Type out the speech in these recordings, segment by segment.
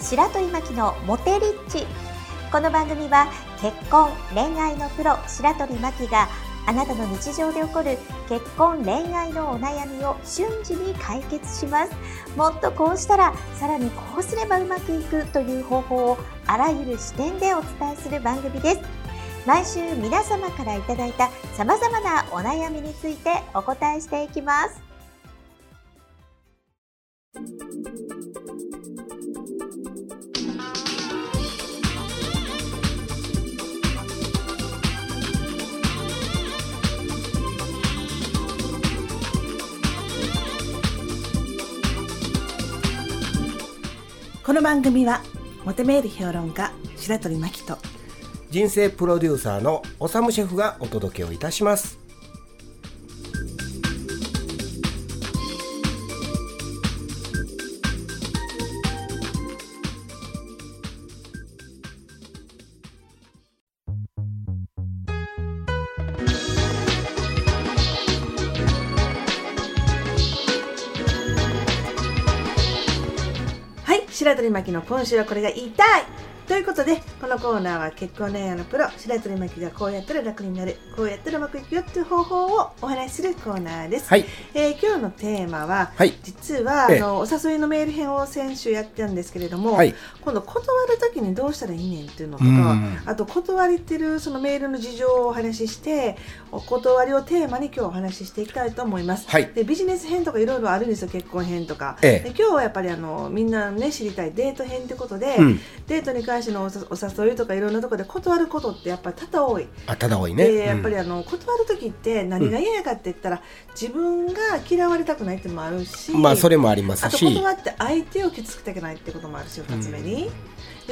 白鳥真希のモテリッチ。この番組は結婚恋愛のプロ白鳥真希があなたの日常で起こる結婚恋愛のお悩みを瞬時に解決します。もっとこうしたらさらにこうすればうまくいくという方法をあらゆる視点でお伝えする番組です。毎週皆様からいただいたさまざまなお悩みについてお答えしていきます。 この番組はモテメール評論家白鳥真希と人生プロデューサーのおさむシェフがお届けをいたします。 白鳥真希の今週はこれが言いたいということで、このコーナーは結婚恋愛のプロ白鳥真希がこうやったら楽になる、こうやったらうまくいくよっていう方法をお話しするコーナーです。 はい。 今日のテーマは、 はい、 実はお誘いのメール編を先週やったんですけれども、 はい、 今度断るときにどうしたらいいねんっていうのとか、あと断りてるそのメールの事情をお話しして、お断りをテーマに今日お話ししていきたいと思います。 はい、 でビジネス編とかいろいろあるんですよ、結婚編とか。で今日はやっぱりみんなね知りたいデート編ってことで、デートに関してのお誘いとかいろんなところで断ることってやっぱり多々多い。 多々多いね。 でやっぱり断るときって何が嫌やかって言ったら、自分が嫌われたくないっていうのもあるし、 まあそれもありますし、 あと断って相手を傷つけたくないってこともあるし、2つ目に。で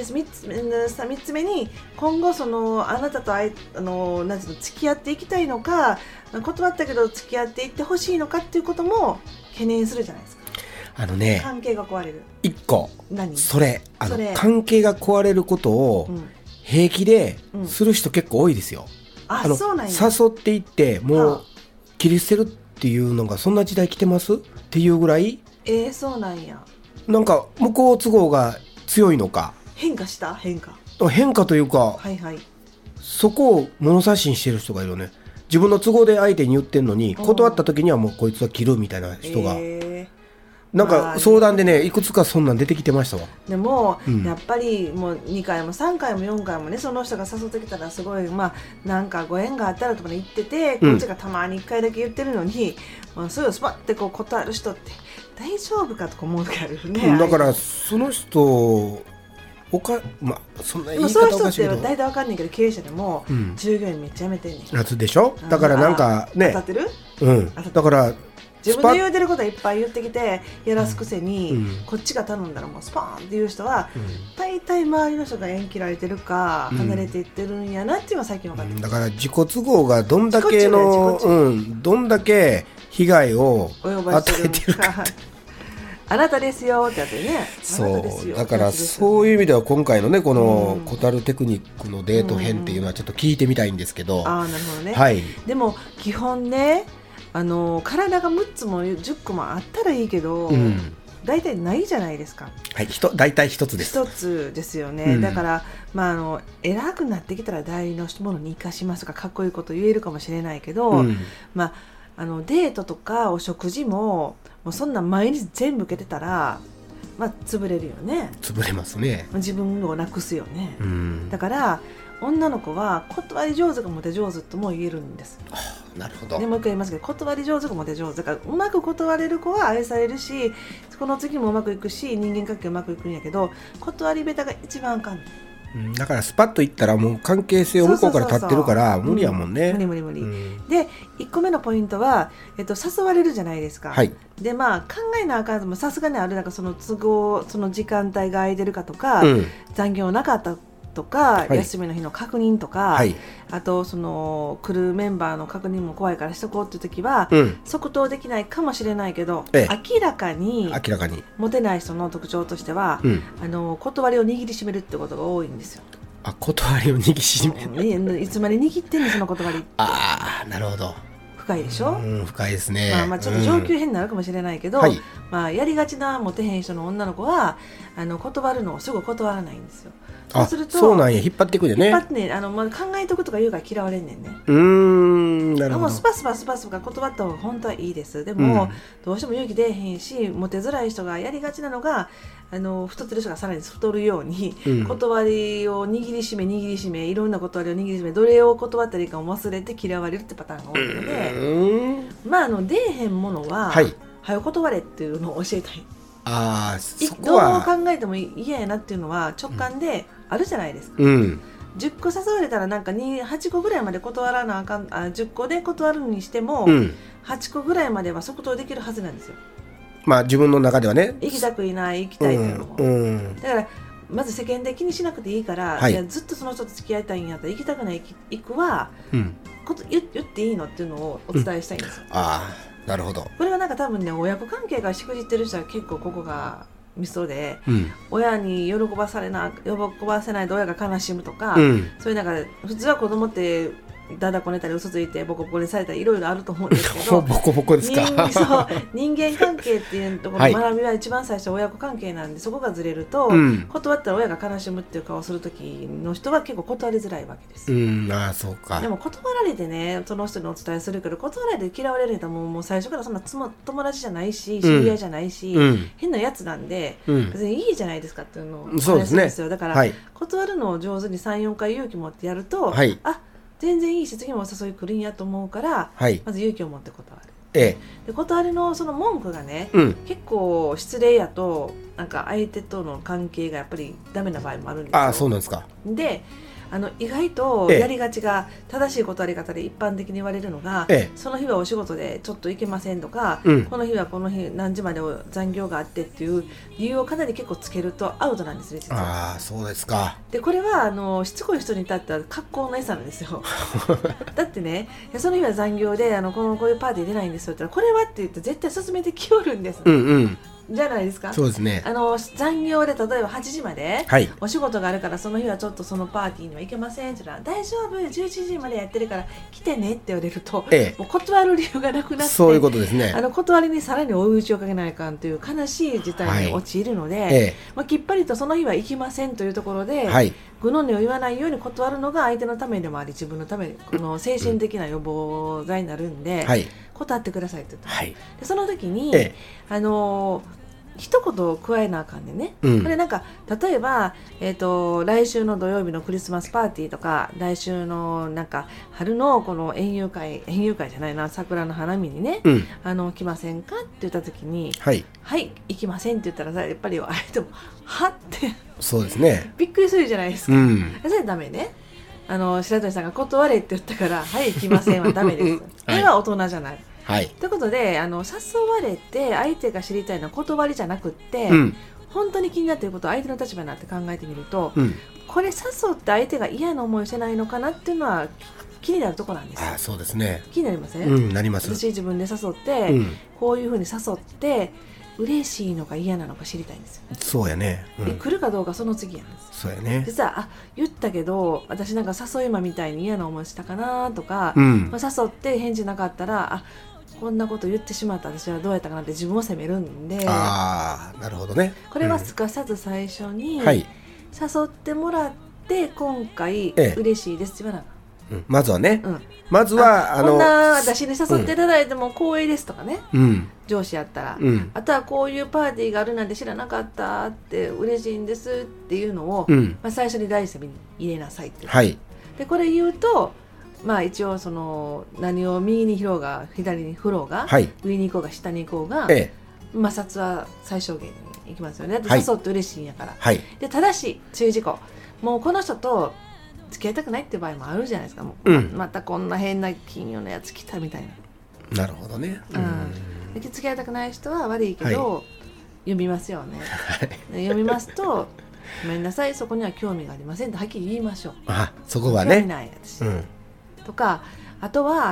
3つ目に今後あなたとなんていうの付き合っていきたいのか、断ったけど付き合っていってほしいのかっていうことも懸念するじゃないですか。関係が壊れる。 1個それ関係が壊れることを平気でする人結構多いですよ。 そうなんや。 誘っていってもう切り捨てるっていうのがそんな時代来てますっていうぐらい。 そうなんや。 なんか向こう都合が強いのか、変化というか、そこを物差しにしてる人がいるよね。自分の都合で相手に言ってんのに、断った時にはもうこいつは切るみたいな人が、なんか相談でね、いくつかそんなん出てきてましたわ。 でも、やっぱりもう2回も3回も4回もね、その人が誘ってきたらすごい、なんかご縁があったらとか言ってて、こっちがたまに1回だけ言ってるのに、それをスパッて断る人って大丈夫かとか思う時あるね。 だからその人そんな言い方おかしいけど、 そういう人って大体わかんないけど、経営者でも従業員めっちゃ辞めてんねん。 夏でしょ。だからなんかね、 当たってる？ だから自分で言うてることはいっぱい言ってきてやらすくせに、こっちが頼んだらもうスパーンっていう人は、大体周りの人が縁切られてるか離れていってるんやなっていうのは最近分かってる。 だから自己都合がどんだけのどんだけ被害を与えてるかあなたですよってやってね。 そうだからそういう意味では今回のね、この断るテクニックのデート編っていうのはちょっと聞いてみたいんですけど。 なるほどね。 はい。 でも基本ね、体が6つも10個もあったらいいけど、大体ないじゃないですか。 はい、大体1つです。 1つですよね。だから偉くなってきたら代理のものに生かしますとかかっこいいこと言えるかもしれないけど、デートとかお食事もそんな毎日全部受けてたら、潰れるよね。 潰れますね。 自分をなくすよね。だから女の子は断り上手かモテ上手とも言えるんです。 なるほど。 でもう一回言いますけど、断り上手かモテ上手だから、うまく断れる子は愛されるし、この次もうまくいくし、人間関係うまくいくんやけど、断り下手が一番あかん。 だからスパッといったらもう関係性を向こうから立ってるから無理やもんね。 無理、で1個目のポイントは、誘われるじゃないですか。で考えなあかんもさすがにある。なんかその都合、その時間帯が空いてるかとか、残業なかったとか、休みの日の確認とか、あとその来るメンバーの確認も怖いからしとこうっていう時は、即答できないかもしれないけど、明らかにモテない人の特徴としては、断りを握りしめるってことが多いんですよ。 断りを握りしめる、 いつまで握ってんのその断りって。 なるほど。 深いでしょ、 深いですね。 まあちょっと上級編になるかもしれないけど、まあ、やりがちなモテへん人の女の子は断るのをすぐ断らないんですよ。そうするとそうなんや、引っ張ってくるね。 引っ張ってね、まあ、考えとくとか言うから嫌われんねんね。 なるほど。 もうスパスパ断った方が本当はいいです。でも、どうしても勇気出えへんし、モテづらい人がやりがちなのが太ってる人がさらに太るように、断りを握りしめいろんな断りを握りしめ、どれを断ったらいいかも忘れて嫌われるってパターンが多いので、まあ出えへんものは早断れっていうのを教えたい。そこはどう考えても嫌やなっていうのは直感であるじゃないですか。10個誘われたらなんか8個ぐらいまで断らなあかん、10個で断るにしても、8個ぐらいまでは即答できるはずなんですよ。まあ自分の中ではね、 行きたくいない、行きたいっていうのも、だからまず世間で気にしなくていいから、いやずっとその人と付き合いたいんやったら行きたくない、行くは、言っていいのっていうのをお伝えしたいんですよ。 なるほど。 これはなんか多分ね、親子関係がしくじってる人は結構ここがミソで、親に喜ばせないと親が悲しむとか、そういうなんか普通は子供ってだだこねたり嘘ついてボコボコにされたりいろいろあると思うんですけどボコボコですか。 人間関係っていうところの学びは一番最初親子関係なんで、そこがずれると、断ったら親が悲しむっていう顔をする時の人は結構断りづらいわけです。 そうか。 でも断られてね、その人にお伝えするけど、断られて嫌われるともう最初からそんな友達じゃないし知り合いじゃないし、変なやつなんで、別にいいじゃないですかっていうのを話すんですよ。だから、断るのを上手に 3,4 回勇気持ってやると、全然いいし次もお誘い来るんやと思うから、まず勇気を持って断る。で断りのその文句がね、結構失礼やとなんか相手との関係がやっぱりダメな場合もあるんですよ。 そうなんですか。 で意外とやりがちが正しい断り方で一般的に言われるのが、その日はお仕事でちょっと行けませんとか、この日はこの日何時まで残業があってっていう理由をかなり結構つけるとアウトなんですね、実は。 そうですか。 でこれはしつこい人に至っては格好の餌なんですよ。だってね、その日は残業でこういうパーティー出ないんですよって言ったら、これはって言って絶対進めてきよるんです、じゃないですか。 そうですね。 残業で例えば8時までお仕事があるからその日はちょっとそのパーティーには行けませんって言ったら、大丈夫11時までやってるから来てねって言われると、もう断る理由がなくなって、 そういうことですね。 断りにさらに追い打ちをかけないかんという悲しい事態に陥るので、きっぱりとその日は行きませんというところで、愚の音を言わないように断るのが相手のためでもあり自分のためにこの精神的な予防剤になるんで、断ってくださいって言った、でその時に、一言加えなあかんでね、これなんか例えば、来週の土曜日のクリスマスパーティーとか、来週のなんか春のこの園遊会じゃないな、桜の花見にね、来ませんかって言った時に、行きませんって言ったらさ、やっぱり相手もはってそうですね、 びっくりするじゃないですか、それダメね。白鳥さんが断れって言ったから行きませんはダメです。これは大人じゃない。ということで誘われて相手が知りたいのは断りじゃなくって、本当に気になっていることを相手の立場になって考えてみると、これ誘って相手が嫌な思いをしてないのかなっていうのは気になるところなんです。 そうですね。 気になりません？ なります。 私自分で誘って、こういうふうに誘って嬉しいのか嫌なのか知りたいんですよ。 そうやね。 来るかどうかその次やんです。 そうやね。 実は言ったけど私なんか誘い魔みたいに嫌な思いしたかなとか、誘って返事なかったらこんなこと言ってしまった私はどうやったかなって自分を責めるんで、 なるほどね。 これはすかさず最初に誘ってもらって今回嬉しいですって言わなかった。 まずはね、まずはこんな私に誘っていただいても光栄ですとかね、上司やったら、あとはこういうパーティーがあるなんて知らなかったって嬉しいんですっていうのを、最初に第一声に入れなさいって、でこれ言うと一応その何を右に拾うが左に振ろうが、上に行こうが下に行こうが、摩擦は最小限に行きますよね。で誘って嬉しいんやから、でただし注意事項、もうこの人と付き合いたくないっていう場合もあるじゃないですか。もうまたこんな変な金曜のやつ来たみたいな。 なるほどね。 付き合いたくない人は悪いけど、読みますよね。読みますとごめんなさい、そこには興味がありませんとはっきり言いましょう。 そこはね。 興味ない私、とか、あとは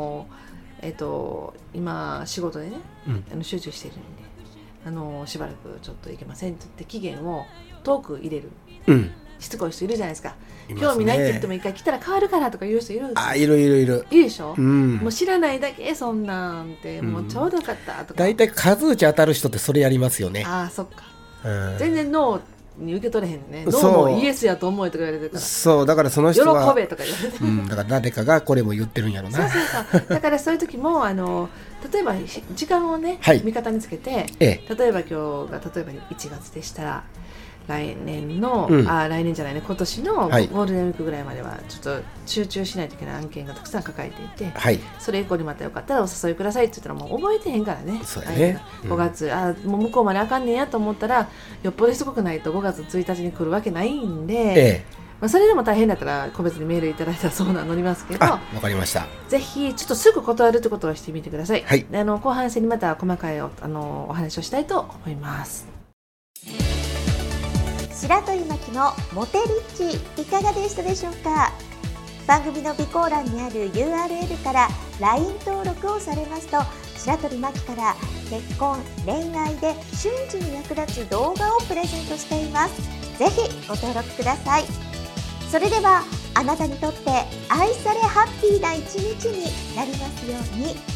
今仕事でね、集中しているんでしばらくちょっと行けませんって言って期限を遠く入れる。 しつこい人いるじゃないですか。興味ないって言っても一回来たら変わるからとか言う人いるんですよ。 いるいるでしょ、もう知らないだけそんなんて、もうちょうどよかったとか。 だいたい数打ち当たる人ってそれやりますよね。 そっか、全然ノーに受け取れへんね。ノーもイエスやと思えとか言われてるから。 そうだからその人は喜べとか言われてだから誰かがこれも言ってるんやろな。 そうだからそういう時も例えば時間をね、味方につけて、例えば今日が例えば1月でしたら来年の、来年じゃないね、今年のゴールデンウィークぐらいまではちょっと集中しないといけない案件がたくさん抱えていて、それ以降にまたよかったらお誘いくださいって言ったらもう覚えてへんからね。 そうやね、 5月もう向こうまであかんねんやと思ったらよっぽどしつこくないと5月1日に来るわけないんで、それでも大変だったら個別にメールいただいたらそうなの乗りますけど、 わかりました。 ぜひちょっとすぐ断るってことをしてみてください。後半戦にまた細かいお話をしたいと思います。 白鳥真希のモテリッチいかがでしたでしょうか。番組の備考欄にある URL から LINE 登録をされますと、白鳥真希から結婚・恋愛で瞬時に役立つ動画をプレゼントしています。ぜひご登録ください。それではあなたにとって愛されハッピーな一日になりますように。